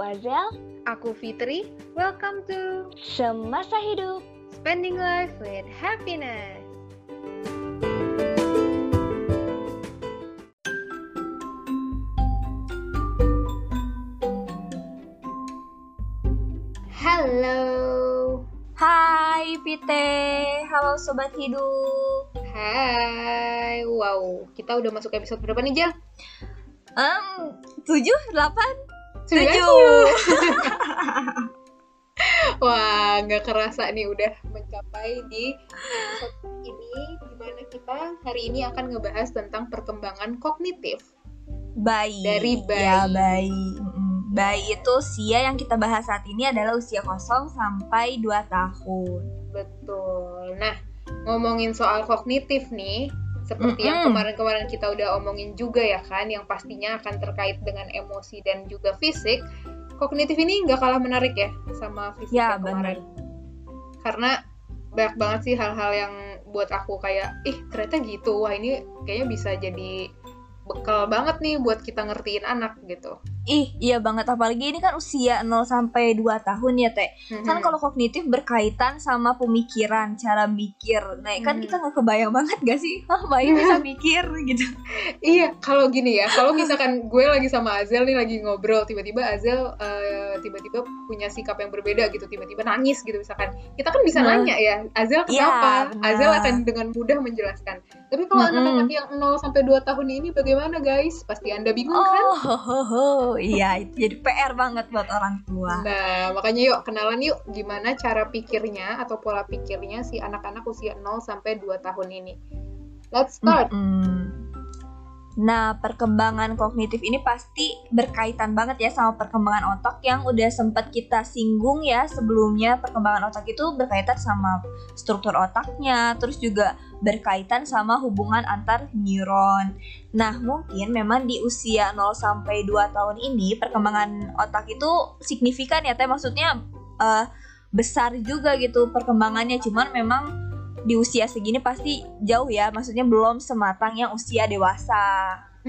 Azel. Aku Fitri. Welcome to Semasa Hidup. Spending Life with Happiness. Halo. Hai Pite. Halo Sobat Hidup. Hai. Wow, kita udah masuk episode berapa nih, Jel? 7, 8, 7. Wah, nggak kerasa nih udah mencapai di episode ini, dimana kita hari ini akan ngebahas tentang perkembangan kognitif Bayi. dari bayi. Ya, bayi. Bayi itu usia yang kita bahas saat ini adalah usia 0 sampai 2 tahun. Betul. Nah, ngomongin soal kognitif nih, seperti yang kemarin-kemarin kita udah omongin juga ya kan, yang pastinya akan terkait dengan emosi dan juga fisik. Kognitif ini nggak kalah menarik ya sama fisik Ya, yang kemarin. bener. Karena banyak banget sih hal-hal yang buat aku kayak, ternyata gitu. Wah, ini kayaknya bisa jadi bekal banget nih buat kita ngertiin anak gitu. Iya banget, apalagi ini kan usia 0 sampai 2 tahun ya, Teh. Kan kalau kognitif berkaitan sama pemikiran, cara mikir. Nah, kan kita nggak kebayang banget gak sih? Bayi bisa mikir gitu. Iya, kalau gini ya, kalau misalkan gue lagi sama Azel nih lagi ngobrol, tiba-tiba Azel tiba-tiba punya sikap yang berbeda gitu, tiba-tiba nangis gitu misalkan. Kita kan bisa nanya ya, Azel kenapa? Iya, Azel akan dengan mudah menjelaskan. Tapi kalau anak-anak yang 0 sampai 2 tahun ini bagaimana guys? Pasti Anda bingung kan? Iya, itu jadi PR banget buat orang tua. Nah, makanya yuk kenalan yuk gimana cara pikirnya atau pola pikirnya si anak-anak usia 0 sampai 2 tahun ini. Let's start. Nah, perkembangan kognitif ini pasti berkaitan banget ya sama perkembangan otak yang udah sempat kita singgung ya sebelumnya. Perkembangan otak itu berkaitan sama struktur otaknya, terus juga berkaitan sama hubungan antar neuron. Nah, mungkin memang di usia 0 sampai 2 tahun ini perkembangan otak itu signifikan ya, Teh. Maksudnya besar juga gitu perkembangannya, cuman memang di usia segini pasti jauh ya, maksudnya belum sematang yang usia dewasa.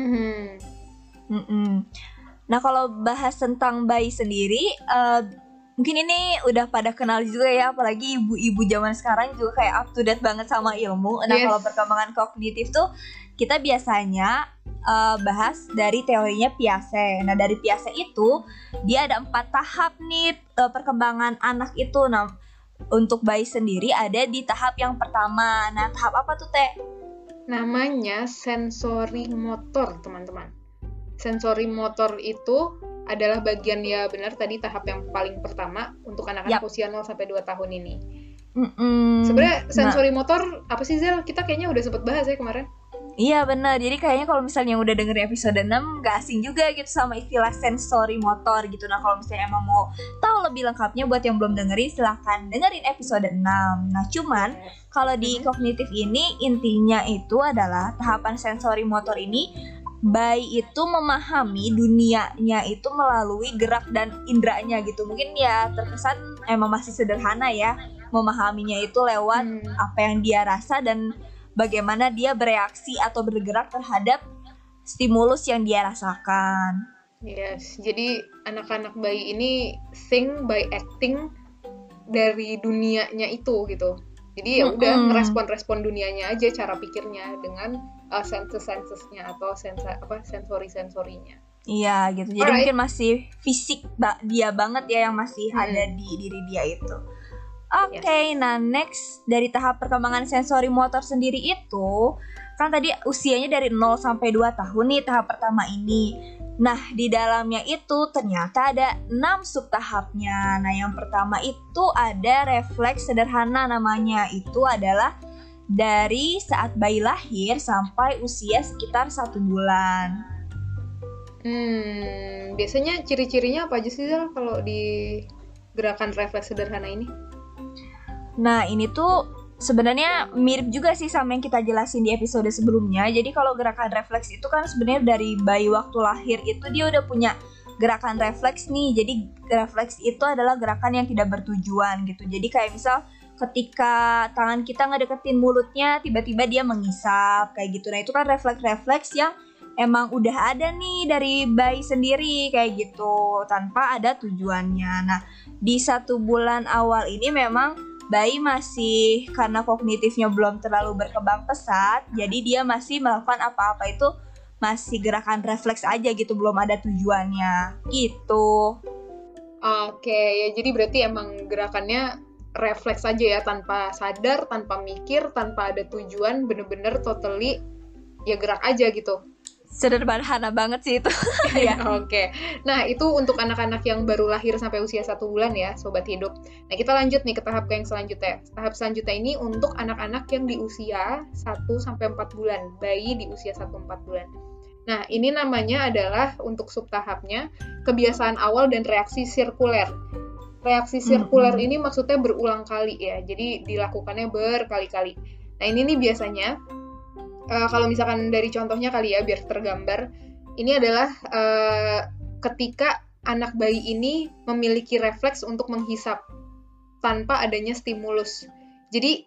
Nah, kalau bahas tentang bayi sendiri, mungkin ini udah pada kenal juga ya, apalagi ibu-ibu zaman sekarang juga kayak up to date banget sama ilmu. Nah, kalau perkembangan kognitif tuh kita biasanya bahas dari teorinya Piaget. Nah, dari Piaget itu dia ada 4 tahap nih perkembangan anak itu. Nah, untuk bayi sendiri ada di tahap yang pertama. Nah, tahap apa tuh, Teh? Namanya sensori motor, teman-teman. Sensori motor itu adalah bagian ya benar tadi tahap yang paling pertama untuk anak-anak usia 0 sampai 2 tahun ini. Sebenarnya sensori motor apa sih, Zel? Kita kayaknya udah sempat bahas ya kemarin. Iya benar, jadi kayaknya kalau misalnya yang udah dengerin episode 6 gak asing juga gitu sama istilah sensori motor gitu. Nah, kalau misalnya emang mau tahu lebih lengkapnya buat yang belum dengerin, silahkan dengerin episode 6. Nah, cuman kalau di kognitif ini intinya itu adalah tahapan sensori motor ini bayi itu memahami dunianya itu melalui gerak dan indranya gitu. Mungkin ya terkesan emang masih sederhana ya, memahaminya itu lewat apa yang dia rasa dan bagaimana dia bereaksi atau bergerak terhadap stimulus yang dia rasakan. Yes, jadi anak-anak bayi ini think by acting dari dunianya itu gitu. Jadi ya udah ngerespon dunianya aja, cara pikirnya dengan sensus-sensusnya atau sensori-sensorinya. Iya gitu. Jadi mungkin masih fisik dia banget ya yang masih ada di diri dia itu. Oke, nah next dari tahap perkembangan sensori motor sendiri itu kan tadi usianya dari 0 sampai 2 tahun nih tahap pertama ini. Nah, di dalamnya itu ternyata ada 6 subtahapnya. Nah, yang pertama itu ada refleks sederhana namanya. Itu adalah dari saat bayi lahir sampai usia sekitar 1 bulan. Biasanya ciri-cirinya apa aja sih, Zal, kalau di gerakan refleks sederhana ini? Nah, ini tuh sebenarnya mirip juga sih sama yang kita jelasin di episode sebelumnya. Jadi kalau gerakan refleks itu kan sebenarnya dari bayi waktu lahir itu dia udah punya gerakan refleks nih. Jadi refleks itu adalah gerakan yang tidak bertujuan gitu. Jadi kayak misal ketika tangan kita ngedeketin mulutnya, tiba-tiba dia mengisap kayak gitu. Nah, itu kan refleks-refleks yang emang udah ada nih dari bayi sendiri kayak gitu tanpa ada tujuannya. Nah, di 1 bulan awal ini memang bayi masih karena kognitifnya belum terlalu berkembang pesat, jadi dia masih melakukan apa-apa itu masih gerakan refleks aja gitu, belum ada tujuannya gitu. Oke, ya jadi berarti emang gerakannya refleks aja ya, tanpa sadar, tanpa mikir, tanpa ada tujuan, bener-bener totally ya gerak aja gitu. Sederhana banget sih itu. Ya. Oke. Nah, itu untuk anak-anak yang baru lahir sampai usia 1 bulan ya, Sobat Hidup. Nah, kita lanjut nih ke tahap yang selanjutnya. Tahap selanjutnya ini untuk anak-anak yang di usia 1-4 bulan, bayi di usia 1-4 bulan. Nah, ini namanya adalah untuk subtahapnya kebiasaan awal dan reaksi sirkuler. Reaksi sirkuler ini maksudnya berulang kali ya, jadi dilakukannya berkali-kali. Nah, ini nih biasanya kalau misalkan dari contohnya kali ya, biar tergambar, ini adalah ketika anak bayi ini memiliki refleks untuk menghisap tanpa adanya stimulus. Jadi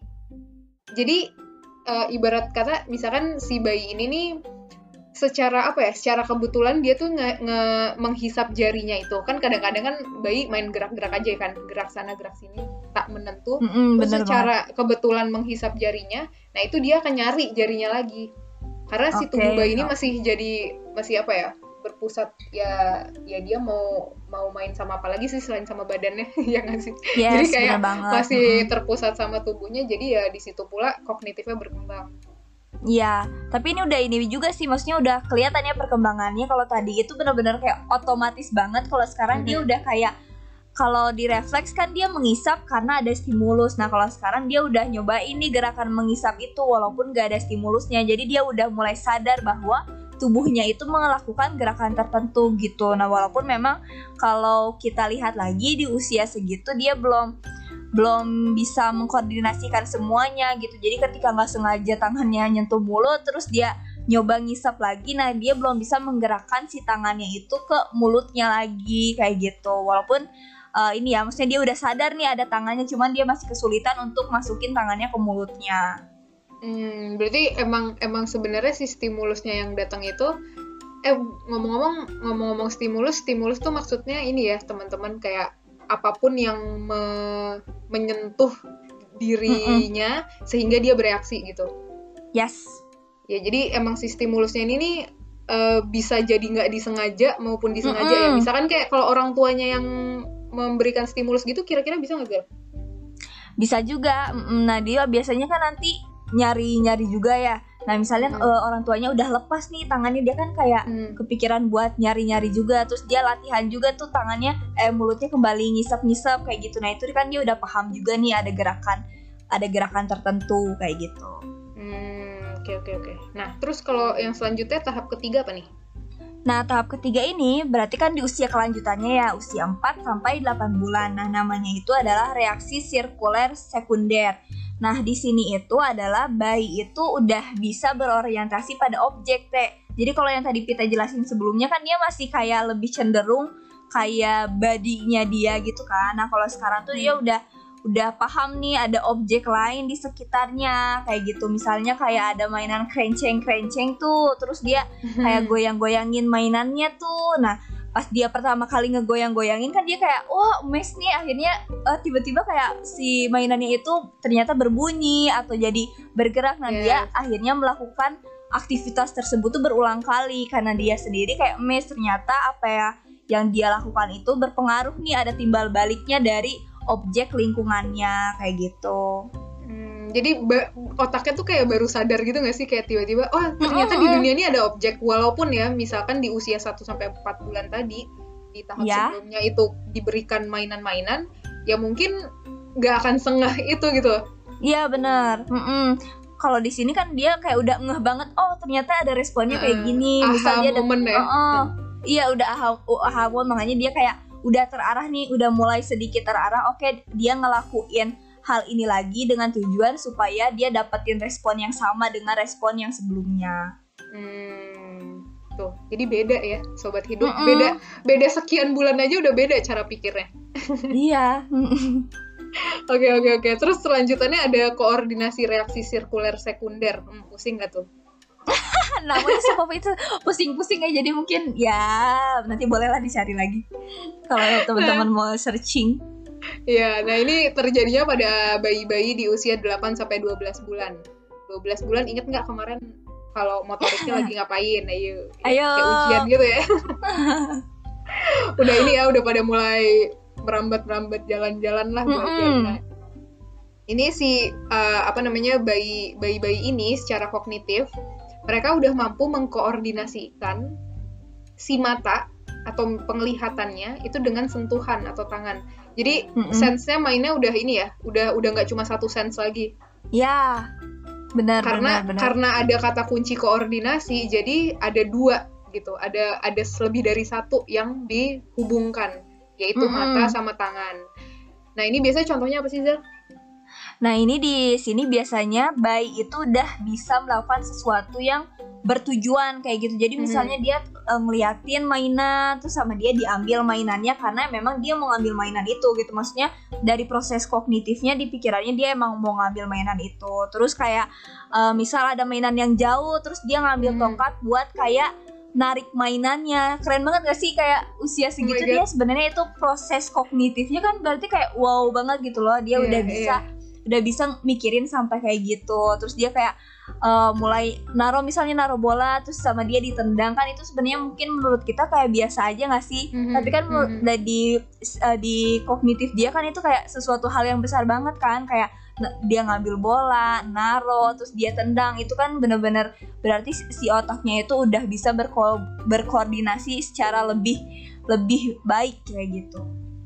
ibarat kata, misalkan si bayi ini nih secara kebetulan dia tuh menghisap jarinya itu. Kan kadang-kadang kan bayi main gerak-gerak aja kan, gerak sana gerak sini tak menentu. Terus secara kebetulan menghisap jarinya, nah itu dia akan nyari jarinya lagi. Karena si tubuh bayi ini masih berpusat ya dia mau main sama apa lagi sih selain sama badannya. Ya nggak sih? Yes, jadi kayak masih terpusat sama tubuhnya, jadi ya di situ pula kognitifnya berkembang. Iya, tapi ini udah juga sih, maksudnya udah kelihatan ya perkembangannya. Kalau tadi itu benar-benar kayak otomatis banget, kalau sekarang dia udah kayak, kalau di refleks kan dia mengisap karena ada stimulus. Nah, kalau sekarang dia udah nyoba ini gerakan mengisap itu walaupun gak ada stimulusnya. Jadi dia udah mulai sadar bahwa tubuhnya itu melakukan gerakan tertentu gitu. Nah, walaupun memang kalau kita lihat lagi di usia segitu dia belum bisa mengkoordinasikan semuanya gitu. Jadi ketika nggak sengaja tangannya nyentuh mulut, terus dia nyoba ngisap lagi, nah dia belum bisa menggerakkan si tangannya itu ke mulutnya lagi kayak gitu. Walaupun ini ya, maksudnya dia udah sadar nih ada tangannya, cuman dia masih kesulitan untuk masukin tangannya ke mulutnya. Berarti emang sebenarnya si stimulusnya yang datang itu, ngomong-ngomong stimulus tuh maksudnya ini ya teman-teman, kayak apapun yang menyentuh dirinya sehingga dia bereaksi gitu. Yes. Ya jadi emang si stimulusnya ini nih bisa jadi nggak disengaja maupun disengaja ya. Misalkan kayak kalau orang tuanya yang memberikan stimulus gitu, kira-kira bisa nggak, Gal? Bisa juga. Nah, dia biasanya kan nanti nyari juga ya. Nah, misalnya orang tuanya udah lepas nih tangannya, dia kan kayak kepikiran buat nyari juga, terus dia latihan juga tuh tangannya, mulutnya kembali ngisap kayak gitu. Nah, itu kan dia udah paham juga nih ada gerakan tertentu kayak gitu. Oke. Nah, terus kalau yang selanjutnya tahap ketiga apa nih? Nah, tahap ketiga ini berarti kan di usia kelanjutannya ya, usia 4-8 bulan. Nah, namanya itu adalah reaksi sirkuler sekunder. Nah, di sini itu adalah bayi itu udah bisa berorientasi pada objek, Teh. Jadi kalau yang tadi kita jelasin sebelumnya kan dia masih kayak lebih cenderung kayak body-nya dia gitu kan. Nah, kalau sekarang tuh dia udah paham nih ada objek lain di sekitarnya kayak gitu. Misalnya kayak ada mainan krenceng tuh, terus dia kayak goyang-goyangin mainannya tuh. Nah, pas dia pertama kali ngegoyang-goyangin kan dia kayak wah mes nih, akhirnya tiba-tiba kayak si mainannya itu ternyata berbunyi atau jadi bergerak. Nah, dia akhirnya melakukan aktivitas tersebut tuh berulang kali karena dia sendiri kayak mes, ternyata apa ya yang dia lakukan itu berpengaruh nih, ada timbal baliknya dari objek lingkungannya kayak gitu. Jadi otaknya tuh kayak baru sadar gitu gak sih? Kayak tiba-tiba, oh ternyata di dunia ini ada objek. Walaupun ya misalkan di usia 1-4 bulan tadi, di tahap sebelumnya itu diberikan mainan-mainan, ya mungkin gak akan sengah itu gitu. Iya benar. Kalau di sini kan dia kayak udah ngeh banget, oh ternyata ada responnya kayak gini. Misalnya aha moment ya. Iya udah aha moment, makanya dia kayak udah terarah nih, udah mulai sedikit terarah. Oke, dia ngelakuin hal ini lagi dengan tujuan supaya dia dapetin respon yang sama dengan respon yang sebelumnya. Tuh, jadi beda ya, Sobat Hidup. Beda sekian bulan aja udah beda cara pikirnya. Iya. Oke. Terus selanjutnya ada koordinasi reaksi sirkuler sekunder. Pusing gak tuh? namanya sumpah itu pusing-pusing ya, jadi mungkin ya nanti bolehlah dicari lagi kalau teman-teman mau searching. Ya, nah ini terjadinya pada bayi-bayi di usia 8 sampai 12 bulan. 12 bulan inget nggak kemarin kalau motoriknya lagi ngapain? Ayo. Kayak ujian gitu ya. Udah ini ya, udah pada mulai merambat-merambat jalan-jalan lah belajar. Nah, ini si bayi-bayi ini secara kognitif mereka udah mampu mengkoordinasikan si mata atau penglihatannya itu dengan sentuhan atau tangan. Jadi sense-nya mainnya udah ini ya, udah nggak cuma satu sense lagi. Ya, benar. Karena ada kata kunci koordinasi, jadi ada dua gitu, ada lebih dari satu yang dihubungkan, yaitu mata sama tangan. Nah ini biasanya contohnya apa sih, Zel? Nah ini di sini biasanya bayi itu udah bisa melakukan sesuatu yang bertujuan kayak gitu. Jadi misalnya dia ngeliatin mainan, terus sama dia diambil mainannya karena memang dia mau ngambil mainan itu gitu. Maksudnya dari proses kognitifnya di pikirannya dia emang mau ngambil mainan itu. Terus kayak misal ada mainan yang jauh, terus dia ngambil tongkat buat kayak narik mainannya. Keren banget gak sih kayak usia segitu dia sebenarnya itu proses kognitifnya kan berarti kayak wow banget gitu loh. Dia udah bisa mikirin sampai kayak gitu. Terus dia kayak mulai naruh bola terus sama dia ditendang kan, itu sebenarnya mungkin menurut kita kayak biasa aja nggak sih? Tapi kan di kognitif dia kan itu kayak sesuatu hal yang besar banget kan, kayak dia ngambil bola, naruh, terus dia tendang, itu kan benar-benar berarti si otaknya itu udah bisa berkoordinasi secara lebih baik kayak gitu.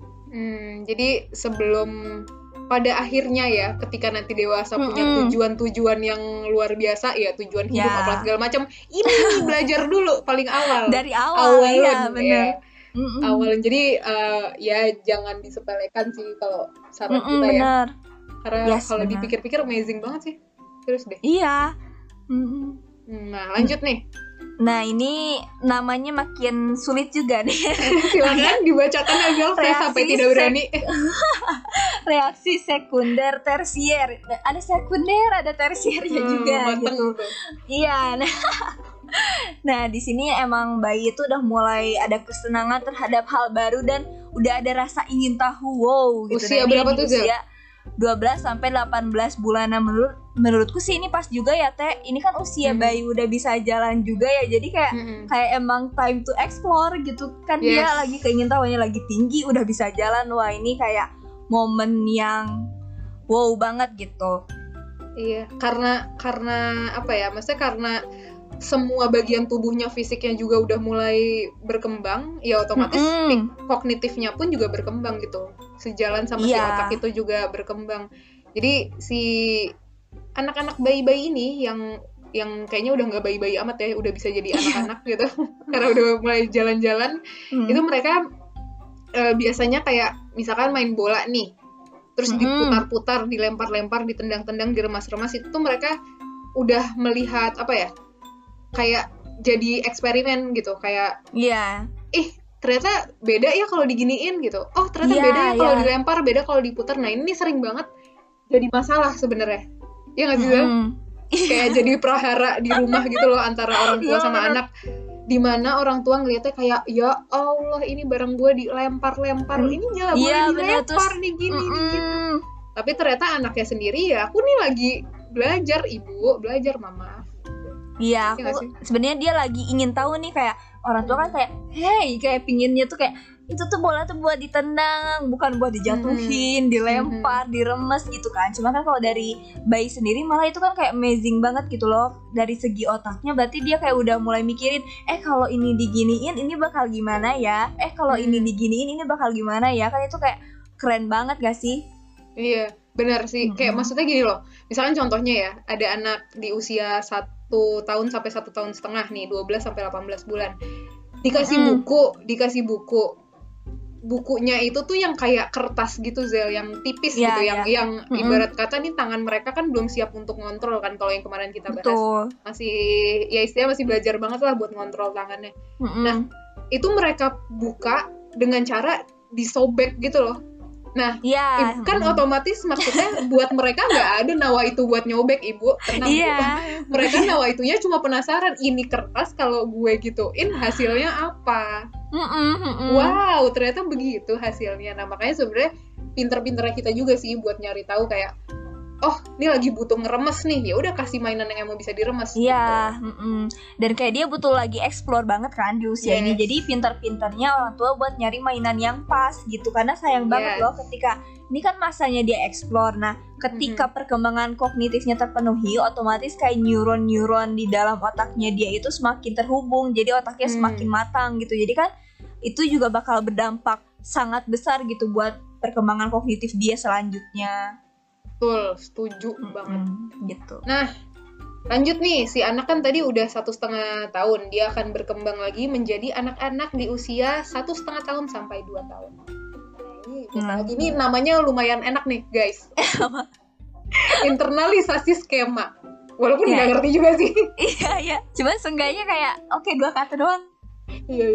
Jadi sebelum pada akhirnya ya, ketika nanti dewasa punya tujuan-tujuan yang luar biasa ya, tujuan hidup apa segala macam, ini belajar dulu paling awal. Dari awal ya, benar. Awalin. Jadi ya jangan disepelekan sih kalau saran kita bener. Ya. Karena kalau dipikir-pikir amazing banget sih. Terus deh. Iya. Nah, lanjut nih. Nah, ini namanya makin sulit juga nih. Silakan dibacakan aja, saya sampai tidak berani. Reaksi sekunder tersier. Ada sekunder, ada tersiernya juga gitu. Iya. Nah, di sini emang bayi itu udah mulai ada kesenangan terhadap hal baru dan udah ada rasa ingin tahu. Wow, gitu. Usia berapa tuh, Zil? 12 sampai 18 bulan. Nah, menurutku sih ini pas juga ya, Teh. Ini kan usia bayi udah bisa jalan juga ya. Jadi kayak emang time to explore gitu kan. Dia lagi keingin tahunya lagi tinggi, udah bisa jalan. Wah, ini kayak momen yang wow banget gitu. Iya, karena apa ya? Maksudnya karena semua bagian tubuhnya, fisiknya juga udah mulai berkembang, ya otomatis kognitifnya pun juga berkembang gitu. Sejalan sama si otak itu juga berkembang. Jadi si anak-anak bayi-bayi ini yang kayaknya udah nggak bayi-bayi amat ya, udah bisa jadi anak-anak gitu. Karena udah mulai jalan-jalan, itu mereka biasanya kayak misalkan main bola nih, terus diputar-putar, dilempar-lempar, ditendang-tendang, diremas-remas, itu tuh mereka udah melihat apa ya? Kayak jadi eksperimen gitu, kayak ternyata beda ya kalau diginiin gitu. Oh, ternyata beda ya kalau dilempar, beda kalau diputar. Nah, ini sering banget jadi masalah sebenarnya. Ya nggak sih, kayak jadi prahara di rumah gitu loh antara orang tua sama anak. Dimana orang tua ngeliatnya kayak, ya Allah, ini barang gue dilempar-lempar, ini nggak boleh dilempar nih gini gitu. Tapi ternyata anaknya sendiri, ya aku nih lagi belajar, ibu, belajar mama. Iya, aku sebenarnya dia lagi ingin tahu nih, kayak orang tua kan kayak, hey, kayak pinginnya tuh kayak itu tuh bola tuh buat ditendang, bukan buat dijatuhin, dilempar, diremes gitu kan. Cuma kan kalau dari bayi sendiri malah itu kan kayak amazing banget gitu loh dari segi otaknya. Berarti dia kayak udah mulai mikirin, kalau ini diginiin ini bakal gimana ya? Kalau ini diginiin ini bakal gimana ya? Kan itu kayak keren banget gak sih? Iya, benar sih. Kayak maksudnya gini loh. Misalkan contohnya ya, ada anak di usia 1 tahun sampai 1 tahun setengah nih, 12 sampai 18 bulan. Dikasih buku. Bukunya itu tuh yang kayak kertas gitu, Zel, yang tipis gitu, yang ibarat kata nih tangan mereka kan belum siap untuk ngontrol kan, kalau yang kemarin kita bahas. Betul. Masih ya istilahnya masih belajar banget lah buat ngontrol tangannya. Nah, itu mereka buka dengan cara disobek gitu loh. Nah, Iya. kan otomatis maksudnya buat mereka nggak ada nawa itu buat nyobek, Ibu. Tenang, Iya. Bu. Mereka nawa itunya cuma penasaran, ini kertas kalau gue gituin hasilnya apa. Wow, ternyata begitu hasilnya. Nah, makanya sebenarnya pinter-pinternya kita juga sih buat nyari tahu kayak, oh, ini lagi butuh ngeremes nih, ya udah kasih mainan yang emang bisa diremes. Iya, dan kayak dia butuh lagi explore banget kan di usia ini. Jadi pintar-pintarnya orang tua buat nyari mainan yang pas gitu. Karena sayang banget loh ketika ini kan masanya dia explore. Nah, ketika perkembangan kognitifnya terpenuhi, otomatis kayak neuron-neuron di dalam otaknya dia itu semakin terhubung. Jadi otaknya semakin matang gitu. Jadi kan itu juga bakal berdampak sangat besar gitu buat perkembangan kognitif dia selanjutnya. Betul, setuju banget gitu. Nah, lanjut nih, si anak kan tadi udah 1,5 tahun, dia akan berkembang lagi menjadi anak-anak di usia 1,5 tahun sampai 2 tahun. Nah, ini namanya lumayan enak nih guys. Internalisasi skema, walaupun nggak ngerti juga sih. Iya, cuma seenggaknya kayak oke, 2 kata doang. Iya.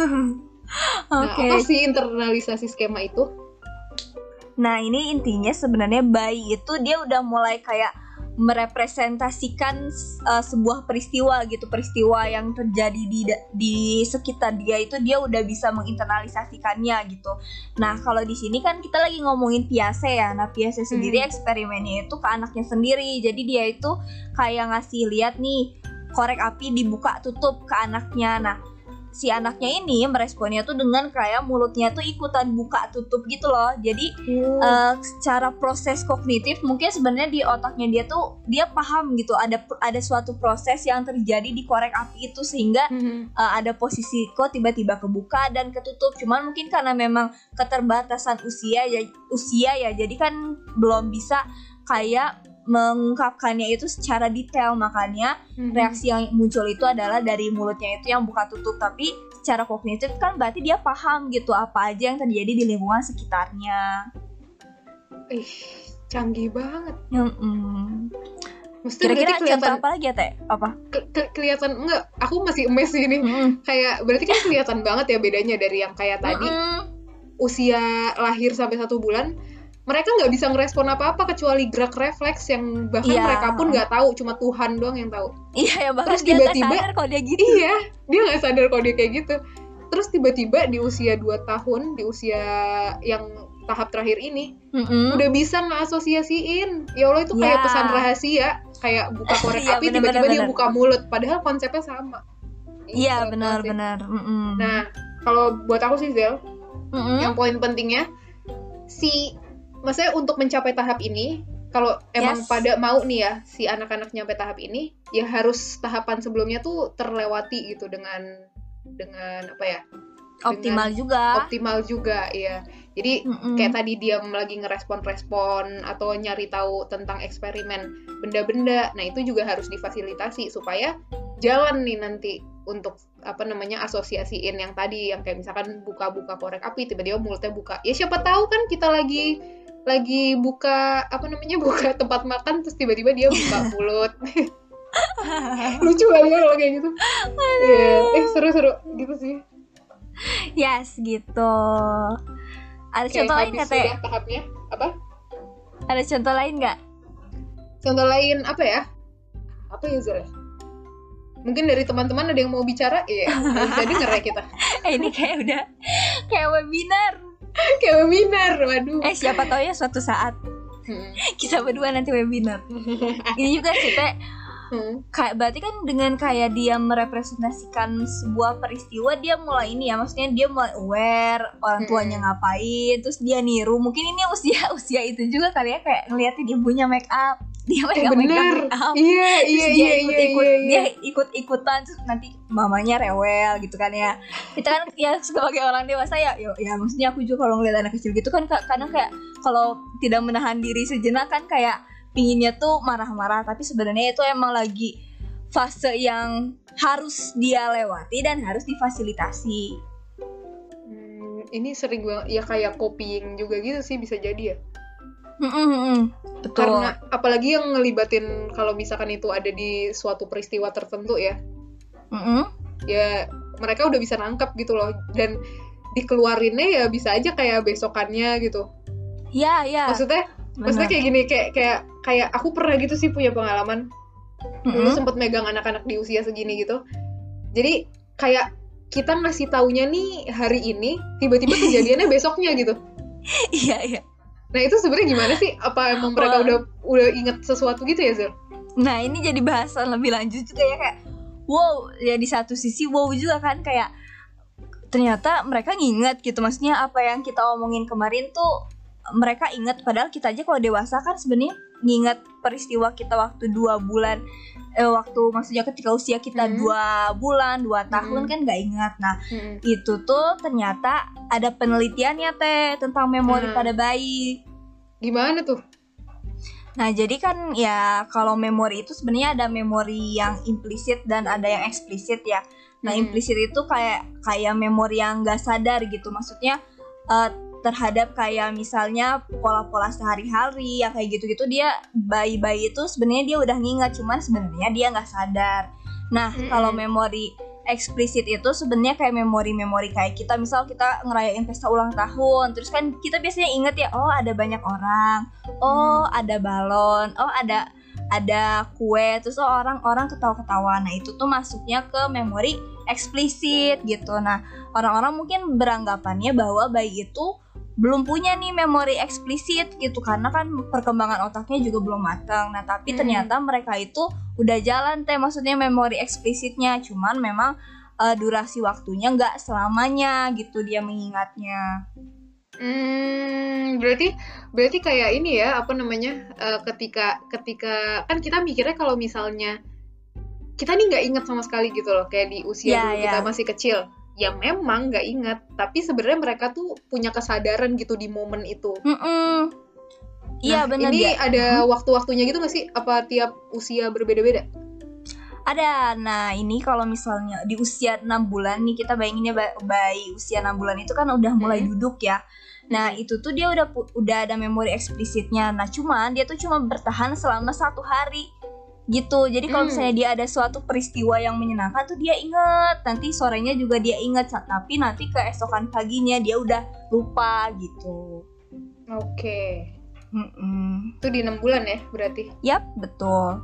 Nah, apa sih internalisasi skema itu? Nah, ini intinya sebenarnya bayi itu dia udah mulai kayak merepresentasikan sebuah peristiwa gitu, peristiwa yang terjadi di sekitar dia itu dia udah bisa menginternalisasikannya gitu. Nah, kalau di sini kan kita lagi ngomongin Piaget ya. Nah, Piaget sendiri eksperimennya itu ke anaknya sendiri. Jadi dia itu kayak ngasih lihat nih, korek api dibuka tutup ke anaknya. Nah, si anaknya ini meresponnya tuh dengan kayak mulutnya tuh ikutan buka tutup gitu loh. Jadi secara proses kognitif mungkin sebenarnya di otaknya dia tuh dia paham gitu ada suatu proses yang terjadi di korek api itu sehingga ada posisi kok tiba-tiba kebuka dan ketutup. Cuman mungkin karena memang keterbatasan usia ya jadi kan belum bisa kayak mengungkapkannya itu secara detail, makanya reaksi yang muncul itu adalah dari mulutnya itu yang buka tutup. Tapi secara kognitif kan berarti dia paham gitu apa aja yang terjadi di lingkungan sekitarnya. Canggih banget. Kira-kira contoh apa lagi ya, Teh? Apa? Kelihatan enggak? Aku masih emes ini. Kayak berarti kan kelihatan banget ya bedanya dari yang kayak tadi usia lahir sampai 1 bulan. Mereka nggak bisa ngerespon apa-apa kecuali gerak refleks yang bahkan mereka pun nggak tahu, cuma Tuhan doang yang tahu. Iya, ya bahkan terus dia nggak sadar kalau dia gitu. Iya, dia nggak sadar kalau dia kayak gitu. Terus tiba-tiba di usia 2 tahun, di usia yang tahap terakhir ini, udah bisa ngasosiasiin. Ya Allah, itu kayak pesan rahasia, kayak buka korek api, tiba-tiba dia buka mulut. Padahal konsepnya sama. Iya, benar-benar. Nah, kalau buat aku sih, Zel, yang poin pentingnya, maksudnya untuk mencapai tahap ini, kalau emang pada mau nih ya si anak-anak nyampe tahap ini, ya harus tahapan sebelumnya tuh terlewati gitu dengan apa ya? Optimal juga, ya. Jadi kayak tadi dia lagi ngerespon-respon atau nyari tahu tentang eksperimen benda-benda. Nah, itu juga harus difasilitasi supaya jalan nih nanti untuk asosiasiin yang tadi, yang kayak misalkan buka-buka korek api tiba-tiba mulutnya buka. Ya siapa tahu kan kita lagi buka buka tempat makan terus tiba-tiba dia buka mulut. Lucu kali ya kalau kayak gitu. Seru-seru gitu sih. Yes, gitu. Ada contoh lain nggak, Teh? Tahapnya apa? Ada contoh lain nggak? Contoh lain apa ya? Apa ya, Zara? Mungkin dari teman-teman ada yang mau bicara? Iya, bisa denger ya kita. Ini kayak webinar. Kayak webinar, waduh. Siapa tahu ya suatu saat kita berdua nanti webinar. Ini juga sih, Teh. Kayak berarti kan dengan kayak dia merepresentasikan sebuah peristiwa, dia mulai ini ya, maksudnya dia mulai aware orang tuanya ngapain, terus dia niru. Mungkin ini usia itu juga kali ya, kayak ngeliatin ibunya make up, dia make up. Iya. Dia ikut-ikutan, terus nanti mamanya rewel gitu kan ya. Kita kan ya sebagai orang dewasa ya maksudnya aku juga kalau ngeliat anak kecil gitu kan kadang kayak kalau tidak menahan diri sejenak kan kayak pinginnya tuh marah-marah, tapi sebenarnya itu emang lagi fase yang harus dia lewati dan harus difasilitasi. Ini sering banget ya kayak copying juga gitu sih, bisa jadi ya. Betul. Karena apalagi yang ngelibatin kalau misalkan itu ada di suatu peristiwa tertentu ya. Ya mereka udah bisa nangkep gitu loh, dan dikeluarinnya ya bisa aja kayak besokannya gitu. Ya, Maksudnya benar. kayak gini, kayak aku pernah gitu sih punya pengalaman. Dulu sempet megang anak-anak di usia segini gitu. Jadi kayak kita ngasih taunya nih hari ini, tiba-tiba kejadiannya besoknya gitu. Iya. Nah itu sebenarnya gimana sih? Apa emang mereka Wah. udah inget sesuatu gitu ya, Zul? Nah, ini jadi bahasan lebih lanjut juga ya, kayak wow, ya di satu sisi wow juga kan, kayak ternyata mereka nginget gitu. Maksudnya apa yang kita omongin kemarin tuh mereka inget, padahal kita aja kalau dewasa kan sebenarnya nginget peristiwa kita waktu 2 bulan, waktu maksudnya ketika usia kita 2 bulan 2 tahun kan nggak ingat. Nah itu tuh ternyata ada penelitiannya tentang memori pada bayi. Gimana tuh? Nah jadi kan ya kalau memori itu sebenarnya ada memori yang implisit dan ada yang eksplisit ya. Nah implisit itu kayak memori yang nggak sadar gitu, maksudnya terhadap kayak misalnya pola-pola sehari-hari ya kayak gitu-gitu, dia bayi-bayi itu sebenarnya dia udah ngingat, cuman sebenarnya dia nggak sadar. Nah kalau memori eksplisit itu sebenarnya kayak memori-memori kayak kita misal kita ngerayain pesta ulang tahun, terus kan kita biasanya inget ya, oh ada banyak orang, oh ada balon, oh ada kue, terus orang-orang ketawa-ketawa. Nah itu tuh masuknya ke memori eksplisit gitu. Nah orang-orang mungkin beranggapannya bahwa bayi itu belum punya nih memori eksplisit gitu, karena kan perkembangan otaknya juga belum matang. Nah tapi ternyata mereka itu udah jalan maksudnya memori eksplisitnya, cuman memang durasi waktunya nggak selamanya gitu dia mengingatnya. Berarti kayak ini ya, apa namanya, ketika kan kita mikirnya kalau misalnya kita nih nggak ingat sama sekali gitu loh, kayak di usia dulu kita masih kecil, ya memang nggak ingat, tapi sebenarnya mereka tuh punya kesadaran gitu di momen itu. Iya benar. Ini ada waktu-waktunya gitu nggak sih? Apa tiap usia berbeda-beda? Ada. Nah ini kalau misalnya di usia 6 bulan nih, kita bayanginnya bayi usia 6 bulan itu kan udah mulai duduk ya. Nah itu tuh dia udah ada memori eksplisitnya. Nah cuman dia tuh cuma bertahan selama 1 hari gitu. Jadi kalau misalnya dia ada suatu peristiwa yang menyenangkan tuh dia inget, nanti sorenya juga dia inget, tapi nanti keesokan paginya dia udah lupa gitu. Oke. Itu di 6 bulan ya berarti? Yap, betul.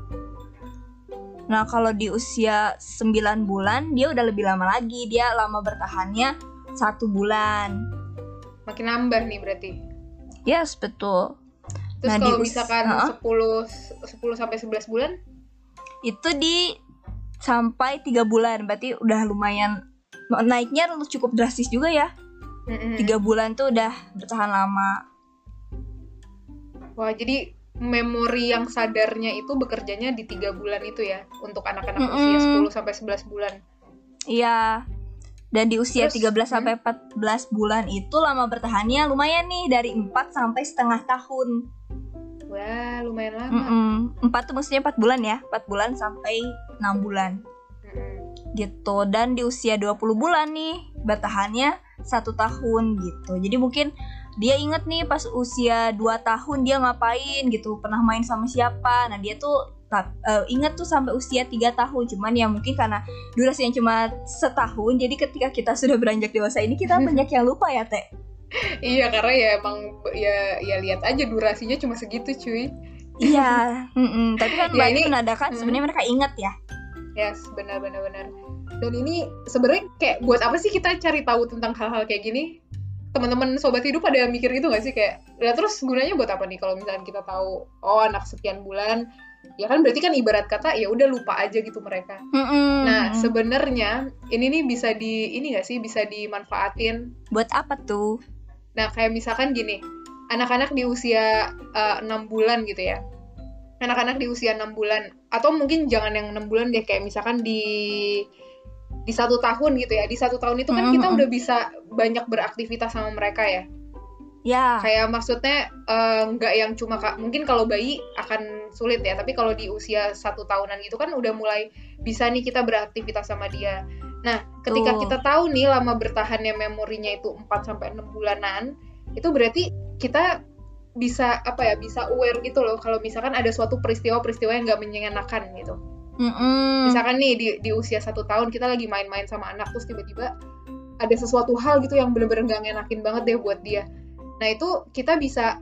Nah kalau di usia 9 bulan dia udah lebih lama lagi, dia lama bertahannya 1 bulan. Makin nambah nih berarti? Yes, betul. Terus kalau misalkan 10 sampai 11 bulan? Itu di sampai 3 bulan, berarti udah lumayan naiknya cukup drastis juga ya. 3 bulan tuh udah bertahan lama. Wah, jadi memori yang sadarnya itu bekerjanya di 3 bulan itu ya, untuk anak-anak usia 10 sampai 11 bulan. Iya. Dan di usia 13 sampai 14 bulan itu lama bertahannya lumayan nih, dari 4 sampai setengah tahun. Wah, lumayan lama. 4 tuh maksudnya 4 bulan ya, 4 bulan sampai 6 bulan. Gitu. Dan di usia 20 bulan nih bertahannya 1 tahun gitu. Jadi mungkin dia inget nih pas usia 2 tahun dia ngapain gitu, pernah main sama siapa. Nah dia tuh inget tuh sampai usia 3 tahun. Cuman ya mungkin karena durasinya cuma setahun, jadi ketika kita sudah beranjak dewasa ini kita banyak yang lupa ya Teh. Iya, karena ya emang ya lihat aja durasinya cuma segitu cuy. Iya. Tapi kan berarti menandakan sebenarnya mereka inget ya. Yes, benar. Dan ini sebenarnya kayak buat apa sih kita cari tahu tentang hal-hal kayak gini? Teman-teman sobat hidup ada mikir gitu nggak sih, kayak, ya terus gunanya buat apa nih kalau misalnya kita tahu oh anak sekian bulan, ya kan berarti kan ibarat kata ya udah lupa aja gitu mereka. Nah sebenarnya ini nih bisa dimanfaatin. Buat apa tuh? Nah kayak misalkan gini, anak-anak di usia 6 bulan gitu ya. Anak-anak di usia 6 bulan, atau mungkin jangan yang 6 bulan deh, kayak misalkan di 1 tahun gitu ya. Di 1 tahun itu kan kita udah bisa banyak beraktivitas sama mereka ya. Ya. Kayak maksudnya nggak yang cuma mungkin kalau bayi akan sulit ya, tapi kalau di usia 1 tahunan gitu kan udah mulai bisa nih kita beraktivitas sama dia. Nah, ketika kita tahu nih lama bertahannya memorinya itu 4 sampai 6 bulanan, itu berarti kita bisa bisa aware gitu loh kalau misalkan ada suatu peristiwa-peristiwa yang nggak menyenangkan gitu. Misalkan nih di usia 1 tahun kita lagi main-main sama anak, terus tiba-tiba ada sesuatu hal gitu yang bener-bener nggak ngenakin banget deh buat dia. Nah itu kita bisa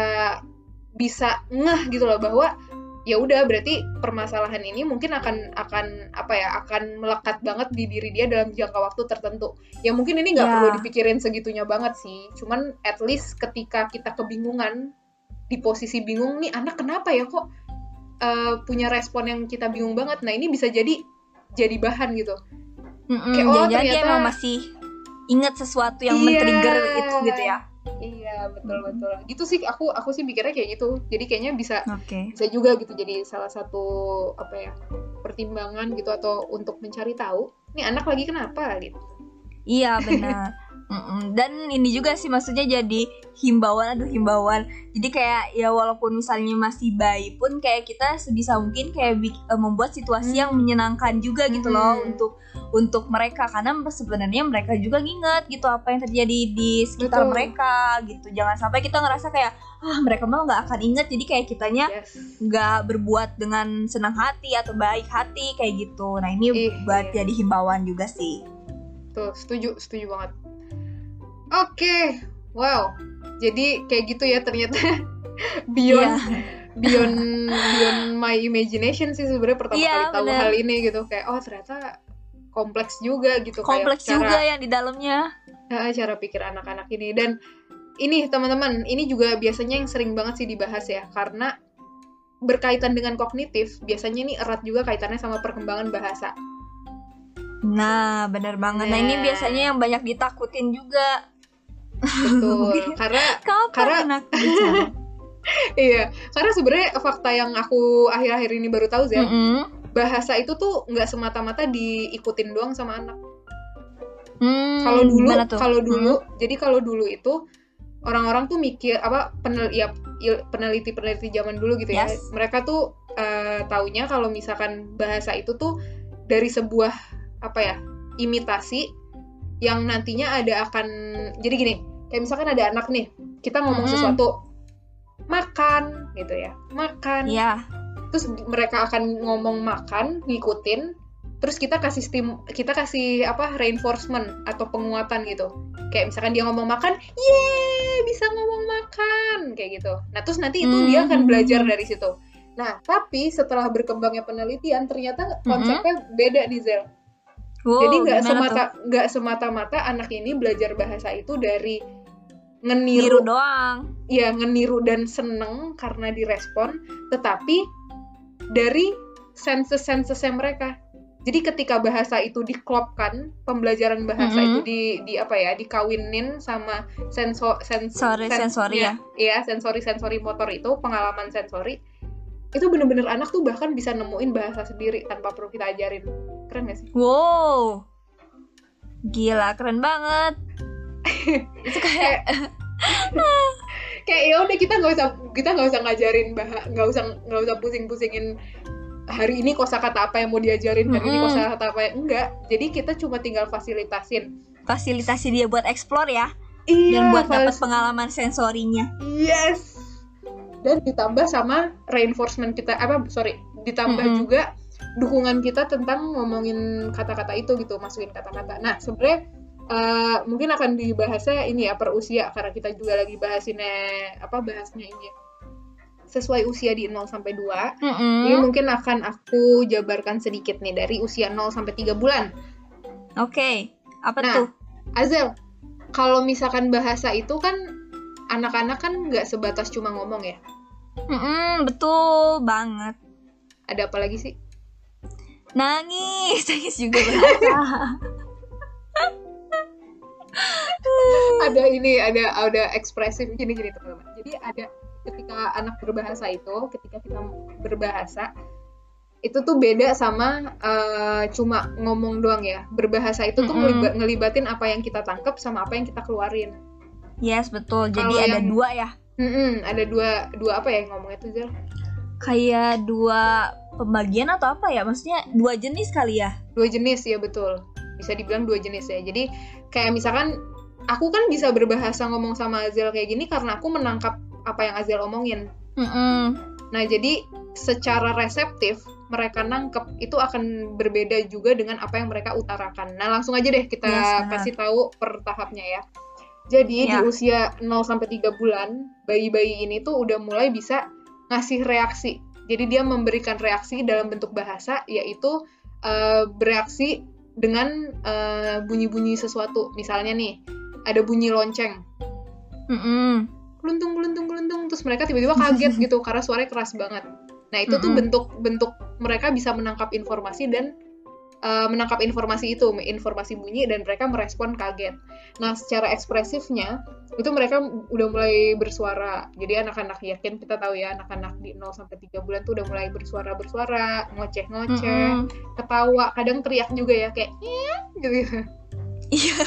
ngeh gitu loh bahwa ya udah berarti permasalahan ini mungkin akan melekat banget di diri dia dalam jangka waktu tertentu. Ya mungkin ini nggak perlu dipikirin segitunya banget sih. Cuman at least ketika kita kebingungan, di posisi bingung nih anak kenapa ya kok punya respon yang kita bingung banget. Nah ini bisa jadi bahan gitu. Kayak ternyata dia emang masih ingat sesuatu yang men-trigger itu gitu ya. Iya betul. Gitu sih aku sih mikirnya kayak gitu. Jadi kayaknya bisa juga gitu jadi salah satu pertimbangan gitu atau untuk mencari tahu nih anak lagi kenapa gitu. Iya benar. Dan ini juga sih maksudnya jadi himbauan. Jadi kayak ya walaupun misalnya masih bayi pun kayak kita sebisa mungkin kayak membuat situasi yang menyenangkan juga gitu loh untuk mereka, karena sebenarnya mereka juga nginget gitu apa yang terjadi di sekitar mereka gitu. Jangan sampai kita ngerasa kayak mereka mah nggak akan inget, jadi kayak kitanya nggak berbuat dengan senang hati atau baik hati kayak gitu. Nah ini buat jadi himbauan juga sih. Tuh setuju banget. Oke, wow. Jadi kayak gitu ya ternyata beyond my imagination sih sebenarnya pertama kali tahu hal ini gitu, kayak ternyata kompleks juga gitu, kompleks kayak juga yang di dalamnya cara pikir anak-anak ini. Dan ini teman-teman, ini juga biasanya yang sering banget sih dibahas ya, karena berkaitan dengan kognitif biasanya ini erat juga kaitannya sama perkembangan bahasa. Nah benar banget. Nah ini biasanya yang banyak ditakutin juga. Betul, karena iya, karena sebenarnya fakta yang aku akhir-akhir ini baru tahu Zel, bahasa itu tuh nggak semata-mata diikutin doang sama anak. Kalau dulu itu orang-orang tuh mikir peneliti zaman dulu gitu ya, mereka tuh taunya kalau misalkan bahasa itu tuh dari sebuah imitasi yang nantinya jadi gini, kayak misalkan ada anak nih, kita ngomong sesuatu, makan gitu ya, makan, terus mereka akan ngomong makan, ngikutin, terus kita kasih reinforcement atau penguatan gitu, kayak misalkan dia ngomong makan, bisa ngomong makan, kayak gitu. Nah terus nanti itu dia akan belajar dari situ. Nah tapi setelah berkembangnya penelitian ternyata konsepnya beda nih Zel. Jadi nggak semata-mata anak ini belajar bahasa itu dari ngeniru doang. Iya, ngeniru dan seneng karena direspon, tetapi dari senses-sensesnya mereka. Jadi ketika bahasa itu diklopkan, pembelajaran bahasa itu dikawinin sama sensori ya. Iya, sensori motor itu, pengalaman sensori. Itu bener-bener anak tuh bahkan bisa nemuin bahasa sendiri tanpa perlu kita ajarin. Keren gak sih? Wow, gila, keren banget. Itu kayak ya udah kita nggak usah ngajarin nggak usah pusing-pusingin hari ini kosakata apa yang mau diajarin, hari ini kosakata apa yang enggak. Jadi kita cuma tinggal fasilitasi dia buat explore ya, dan buat dapat pengalaman sensorinya. Yes. Dan ditambah sama reinforcement kita ditambah juga dukungan kita tentang ngomongin kata-kata itu gitu, masukin kata-kata. Nah sebenarnya mungkin akan dibahasnya ini ya per usia, karena kita juga lagi bahasnya ini ya, sesuai usia di 0 sampai 2. Ini mungkin akan aku jabarkan sedikit nih dari usia 0 sampai 3 bulan. Oke, apa tuh? Azel, kalau misalkan bahasa itu kan anak-anak kan nggak sebatas cuma ngomong ya. Betul banget. Ada apa lagi sih? Nangis juga bahasa. ada ekspresif gini teman-teman. Jadi ada ketika anak berbahasa itu, ketika kita berbahasa itu tuh beda sama cuma ngomong doang ya. Berbahasa itu tuh ngelibatin apa yang kita tangkap sama apa yang kita keluarin. Yes, betul. Jadi ada dua ya. Ada dua apa ya ngomongnya tuh Zel? Kayak dua pembagian atau apa ya? Maksudnya 2 jenis kali ya? 2 jenis ya, betul. Bisa dibilang 2 jenis ya. Jadi kayak misalkan aku kan bisa berbahasa ngomong sama Azel kayak gini karena aku menangkap apa yang Azel omongin. Nah jadi secara reseptif mereka nangkep itu akan berbeda juga dengan apa yang mereka utarakan. Nah langsung aja deh kita kasih tahu per tahapnya ya. Jadi di Ya. usia 0 sampai 3 bulan, bayi-bayi ini tuh udah mulai bisa ngasih reaksi. Jadi dia memberikan reaksi dalam bentuk bahasa, yaitu bereaksi dengan bunyi-bunyi sesuatu. Misalnya nih, ada bunyi lonceng. Geluntung, terus mereka tiba-tiba kaget gitu karena suaranya keras banget. Nah, itu tuh bentuk mereka bisa menangkap informasi dan menangkap informasi itu, informasi bunyi, dan mereka merespon kaget. Nah, secara ekspresifnya itu mereka udah mulai bersuara. Jadi anak-anak, yakin kita tahu ya, anak-anak di 0 sampai 3 bulan tuh udah mulai bersuara, ngoceh-ngoceh, ketawa, kadang teriak juga ya, kayak gitu. Iya.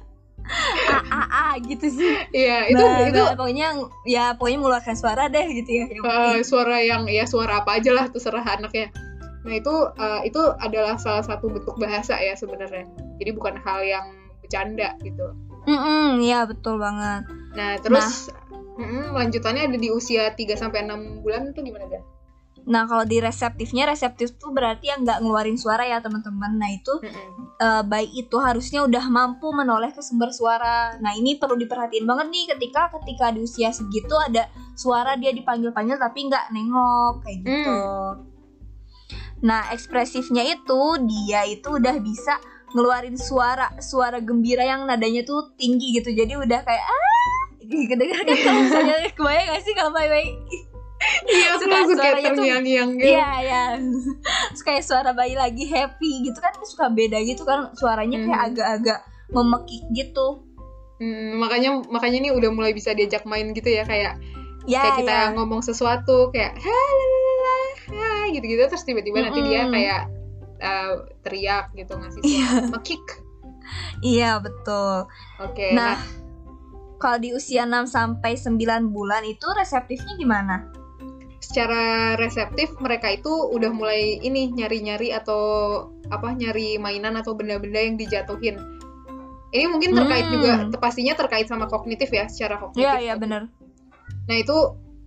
Gitu sih. Iya, itu pokoknya mengeluarkan suara deh gitu ya. Suara yang ya suara apa aja lah, terserah anaknya. Nah, itu adalah salah satu bentuk bahasa ya sebenarnya. Jadi bukan hal yang bercanda gitu. Iya, betul banget. Nah, terus lanjutannya ada di usia 3 sampai 6 bulan itu gimana, Ga? Nah, kalau di reseptif tuh berarti yang nggak ngeluarin suara ya, teman-teman. Nah, itu bayi itu harusnya udah mampu menoleh ke sumber suara. Nah, ini perlu diperhatiin banget nih ketika di usia segitu ada suara dia dipanggil-panggil tapi nggak nengok kayak gitu. Nah, ekspresifnya itu dia itu udah bisa ngeluarin suara gembira yang nadanya tuh tinggi gitu. Jadi udah kayak kedengeran kan kalau misalnya kebayang gak sih kalau bayi iya, suka kayak terngiang-ngiang gitu. Iya. Terus kayak suara bayi lagi happy gitu kan, suka beda gitu kan suaranya, kayak agak-agak memekik gitu. Makanya nih udah mulai bisa diajak main gitu ya, kayak kita ngomong sesuatu kayak hai gitu-gitu, terus tiba-tiba nanti dia kayak teriak gitu, ngasih suara mekik. Iya, betul. Oke. Nah, kalau di usia 6 sampai 9 bulan itu reseptifnya gimana? Secara reseptif mereka itu udah mulai nyari-nyari atau nyari mainan atau benda-benda yang dijatuhin. Ini mungkin terkait juga, pastinya terkait sama kognitif ya, secara kognitif. Iya, benar. Nah, itu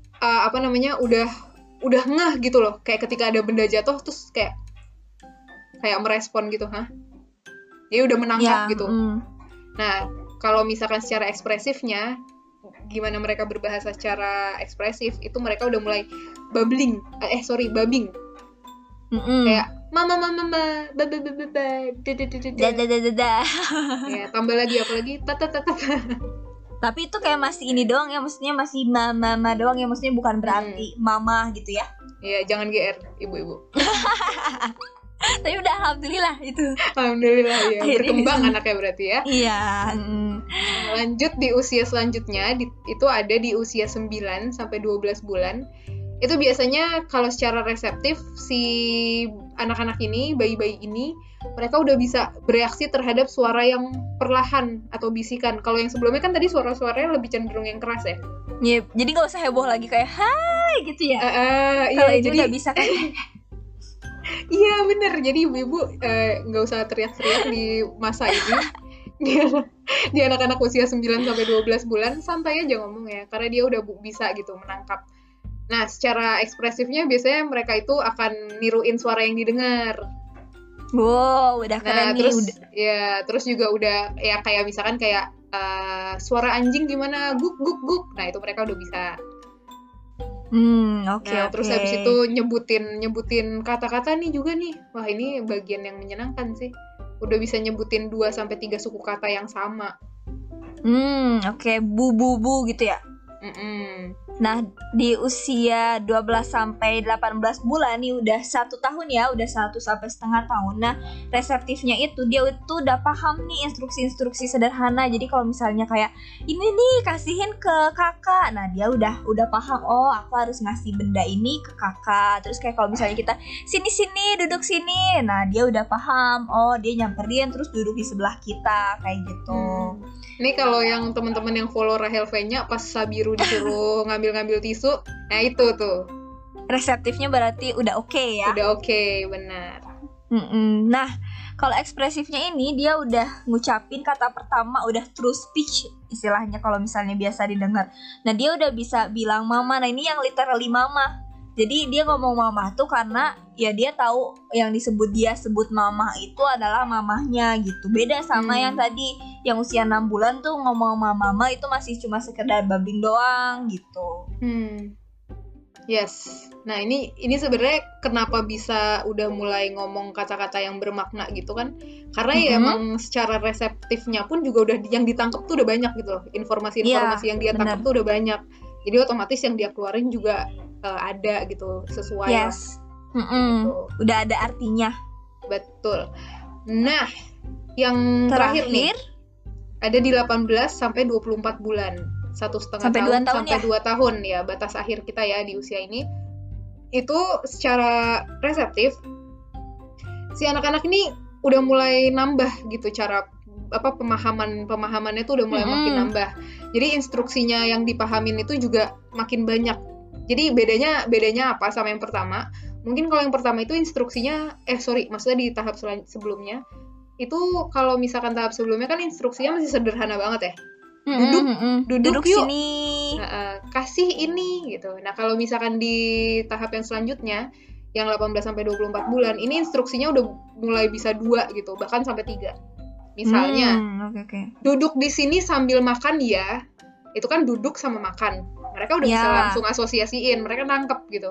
udah ngeh gitu loh, kayak ketika ada benda jatuh terus kayak merespon gitu, dia udah menangkap gitu. Nah, kalau misalkan secara ekspresifnya, gimana mereka berbahasa secara ekspresif, itu mereka udah mulai babbing. Kayak mama, ya, tambah lagi apalagi tata. Tapi itu kayak masih ini doang ya, maksudnya masih mama doang ya, maksudnya bukan berarti mama gitu ya. Iya, jangan GR ibu-ibu. Tapi udah alhamdulillah itu. Alhamdulillah ya, berkembang anaknya berarti ya. Iya. Lanjut di usia selanjutnya, itu ada di usia 9 sampai 12 bulan. Itu biasanya kalau secara reseptif si anak-anak ini, bayi-bayi ini, mereka udah bisa bereaksi terhadap suara yang perlahan atau bisikan. Kalau yang sebelumnya kan tadi suara-suaranya lebih cenderung yang keras ya. Iya, jadi nggak usah heboh lagi kayak hai gitu ya. Iya, jadi udah bisa kan. Iya, bener. Jadi ibu-ibu nggak usah teriak-teriak di masa ini. Di anak-anak usia 9 sampai 12 bulan santai aja ngomong ya, karena dia udah bisa gitu menangkap. Nah, secara ekspresifnya biasanya mereka itu akan niruin suara yang didengar. Wow, udah keren nih. Terus juga udah ya kayak misalkan kayak suara anjing gimana, guk guk guk. Nah, itu mereka udah bisa. Oke. Terus habis itu nyebutin kata-kata nih juga nih. Wah, ini bagian yang menyenangkan sih. Udah bisa nyebutin 2 sampai 3 suku kata yang sama. Oke. Bu gitu ya. Nah, di usia 12 sampai 18 bulan nih udah 1 tahun ya, udah 1 sampai setengah tahun. Nah, reseptifnya itu dia itu udah paham nih instruksi-instruksi sederhana. Jadi kalau misalnya kayak ini nih kasihin ke kakak, nah dia udah paham, oh aku harus ngasih benda ini ke kakak. Terus kayak kalau misalnya kita sini duduk sini, nah dia udah paham, oh dia nyamperin terus duduk di sebelah kita kayak gitu. Ini kalau yang teman-teman yang follow Rahel V-nya pas Sabiru disuruh ngambil tisu, nah itu tuh. Reseptifnya berarti udah oke ya? Udah oke, benar. Nah, kalau ekspresifnya ini dia udah ngucapin kata pertama, udah true speech istilahnya kalau misalnya biasa didengar. Nah, dia udah bisa bilang mama. Nah, ini yang literally mama. Jadi dia ngomong mama tuh karena ya dia tahu yang dia sebut mama itu adalah mamahnya gitu. Beda sama yang tadi yang usia 6 bulan tuh ngomong mama itu masih cuma sekedar babbling doang gitu. Yes. Nah, ini sebenarnya kenapa bisa udah mulai ngomong kata-kata yang bermakna gitu kan? Karena ya emang secara reseptifnya pun juga udah yang ditangkap tuh udah banyak gitu loh. Informasi-informasi yang dia tangkap tuh udah banyak. Jadi otomatis yang dia keluarin juga ada gitu, sesuai lah. Gitu. Udah ada artinya. Betul. Nah, yang terakhir nih ada di 18 sampai 24 bulan. 1,5 tahun sampai 2 tahun ya batas akhir kita ya di usia ini. Itu secara reseptif si anak-anak ini udah mulai nambah gitu cara pemahamannya tuh udah mulai makin nambah. Jadi instruksinya yang dipahamin itu juga makin banyak. Jadi bedanya apa sama yang pertama? Mungkin kalau yang pertama itu instruksinya maksudnya di tahap sebelumnya itu kalau misalkan tahap sebelumnya kan instruksinya masih sederhana banget ya. Duduk yuk, sini. Kasih ini gitu. Nah, kalau misalkan di tahap yang selanjutnya yang 18 sampai 24 bulan, ini instruksinya udah mulai bisa 2 gitu, bahkan sampai 3. Misalnya, duduk di sini sambil makan ya. Itu kan duduk sama makan. Mereka udah bisa langsung asosiasiin, mereka nangkep gitu.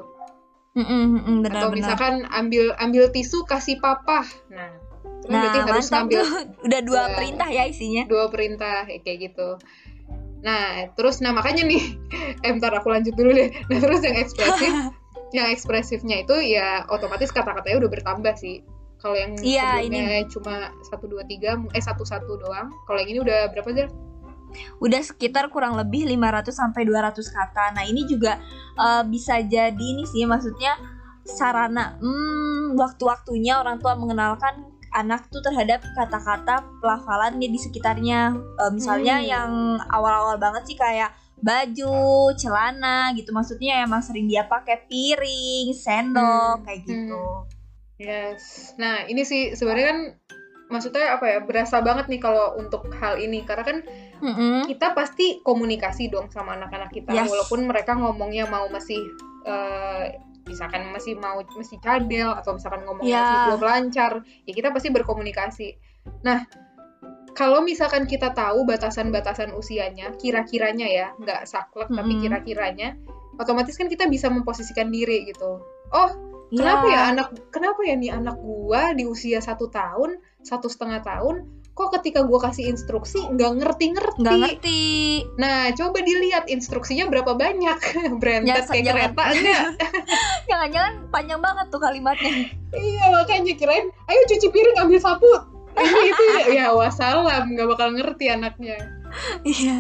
Atau misalkan ambil tisu kasih papa. Nah, berarti harus ngambil udah 2 perintah ya isinya. 2 perintah kayak gitu. Nah, terus makanya nih bentar aku lanjut dulu deh. Nah, terus yang ekspresifnya itu ya otomatis kata-katanya udah bertambah sih. Kalau yang sebelumnya cuma 1 2 3 1 1 doang. Kalau yang ini udah berapa sih? Udah sekitar kurang lebih 500 sampai 200 kata. Nah, ini juga bisa jadi ini sih, maksudnya sarana waktu-waktunya orang tua mengenalkan anak tuh terhadap kata-kata pelafalan di sekitarnya. Misalnya yang awal-awal banget sih kayak baju, celana gitu. Maksudnya emang sering dia pakai piring, sendok kayak gitu. Yes. Nah, ini sih sebenarnya kan maksudnya berasa banget nih kalau untuk hal ini karena kan kita pasti komunikasi dong sama anak-anak kita walaupun mereka ngomongnya masih misalkan masih cadel atau misalkan ngomongnya masih belum lancar, ya kita pasti berkomunikasi. Nah, kalau misalkan kita tahu batasan-batasan usianya, kira-kiranya ya, nggak saklek tapi kira-kiranya, otomatis kan kita bisa memposisikan diri gitu. Oh, kenapa ya nih anak gua di usia 1 tahun, 1,5 tahun, kok ketika gue kasih instruksi nggak ngerti. Nah, coba dilihat instruksinya berapa banyak. Berentet kayak kereta enggak? Jangan-jangan panjang banget tuh kalimatnya. Iya, makanya kirain ayo cuci piring ambil sapu. Itu ya wassalam, nggak bakal ngerti anaknya. Iya.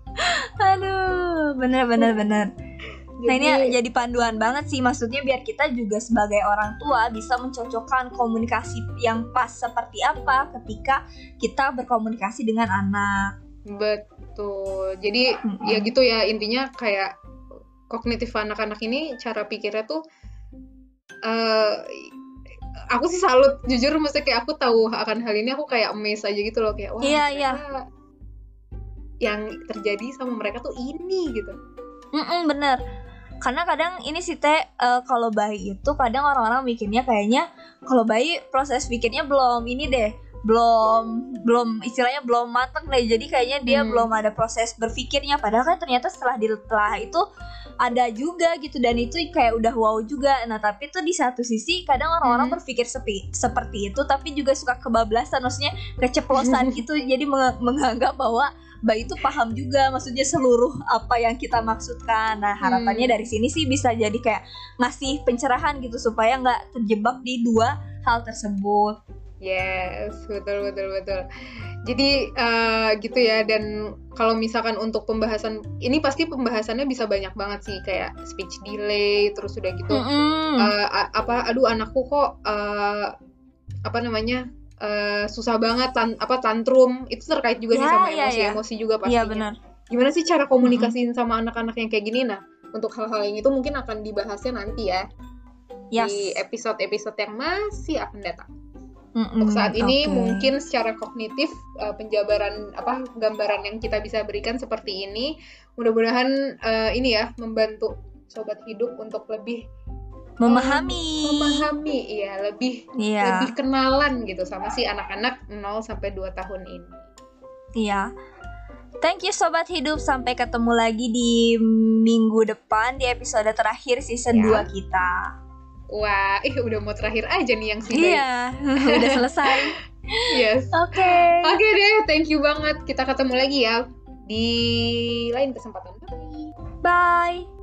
Aduh, benar. Nah, ini jadi panduan banget sih, maksudnya biar kita juga sebagai orang tua bisa mencocokkan komunikasi yang pas seperti apa ketika kita berkomunikasi dengan anak. Betul. Jadi ya gitu ya, intinya kayak kognitif anak-anak ini cara pikirnya tuh aku sih salut, jujur maksudnya kayak aku tahu akan hal ini aku kayak amazed aja gitu loh, kayak wah ternyata yang terjadi sama mereka tuh ini gitu. Bener. Karena kadang ini sih kalau bayi itu kadang orang-orang mikirnya kayaknya kalau bayi proses pikirnya belum istilahnya belum matang deh, jadi kayaknya dia belum ada proses berpikirnya, padahal kan ternyata setelah ditelah itu ada juga gitu, dan itu kayak udah wow juga. Nah, tapi tuh di satu sisi kadang orang-orang berpikir seperti itu tapi juga suka kebablasan, maksudnya keceplosan gitu, jadi menganggap bahwa bayi itu paham juga maksudnya seluruh apa yang kita maksudkan. Nah, harapannya dari sini sih bisa jadi kayak ngasih pencerahan gitu supaya nggak terjebak di 2 hal tersebut. Yes, betul. Jadi gitu ya. Dan kalau misalkan untuk pembahasan ini pasti pembahasannya bisa banyak banget sih, kayak speech delay, terus udah gitu aduh anakku kok susah banget tantrum, itu terkait juga sih sama emosi juga pastinya. Benar. Gimana sih cara komunikasiin sama anak-anak yang kayak gini? Nah, untuk hal-hal yang itu mungkin akan dibahasnya nanti ya di episode-episode yang masih akan datang. Untuk saat ini mungkin secara kognitif gambaran yang kita bisa berikan seperti ini. Mudah-mudahan ini ya membantu sobat hidup untuk lebih memahami, iya, lebih Iya. kenalan gitu sama si anak-anak 0 sampai 2 tahun ini. Iya. Thank you Sobat Hidup, sampai ketemu lagi di minggu depan di episode terakhir season 2 kita. Wah, udah mau terakhir aja nih yang si Iya, udah selesai. Yes. Oke deh, thank you banget. Kita ketemu lagi ya di lain kesempatan. Bye.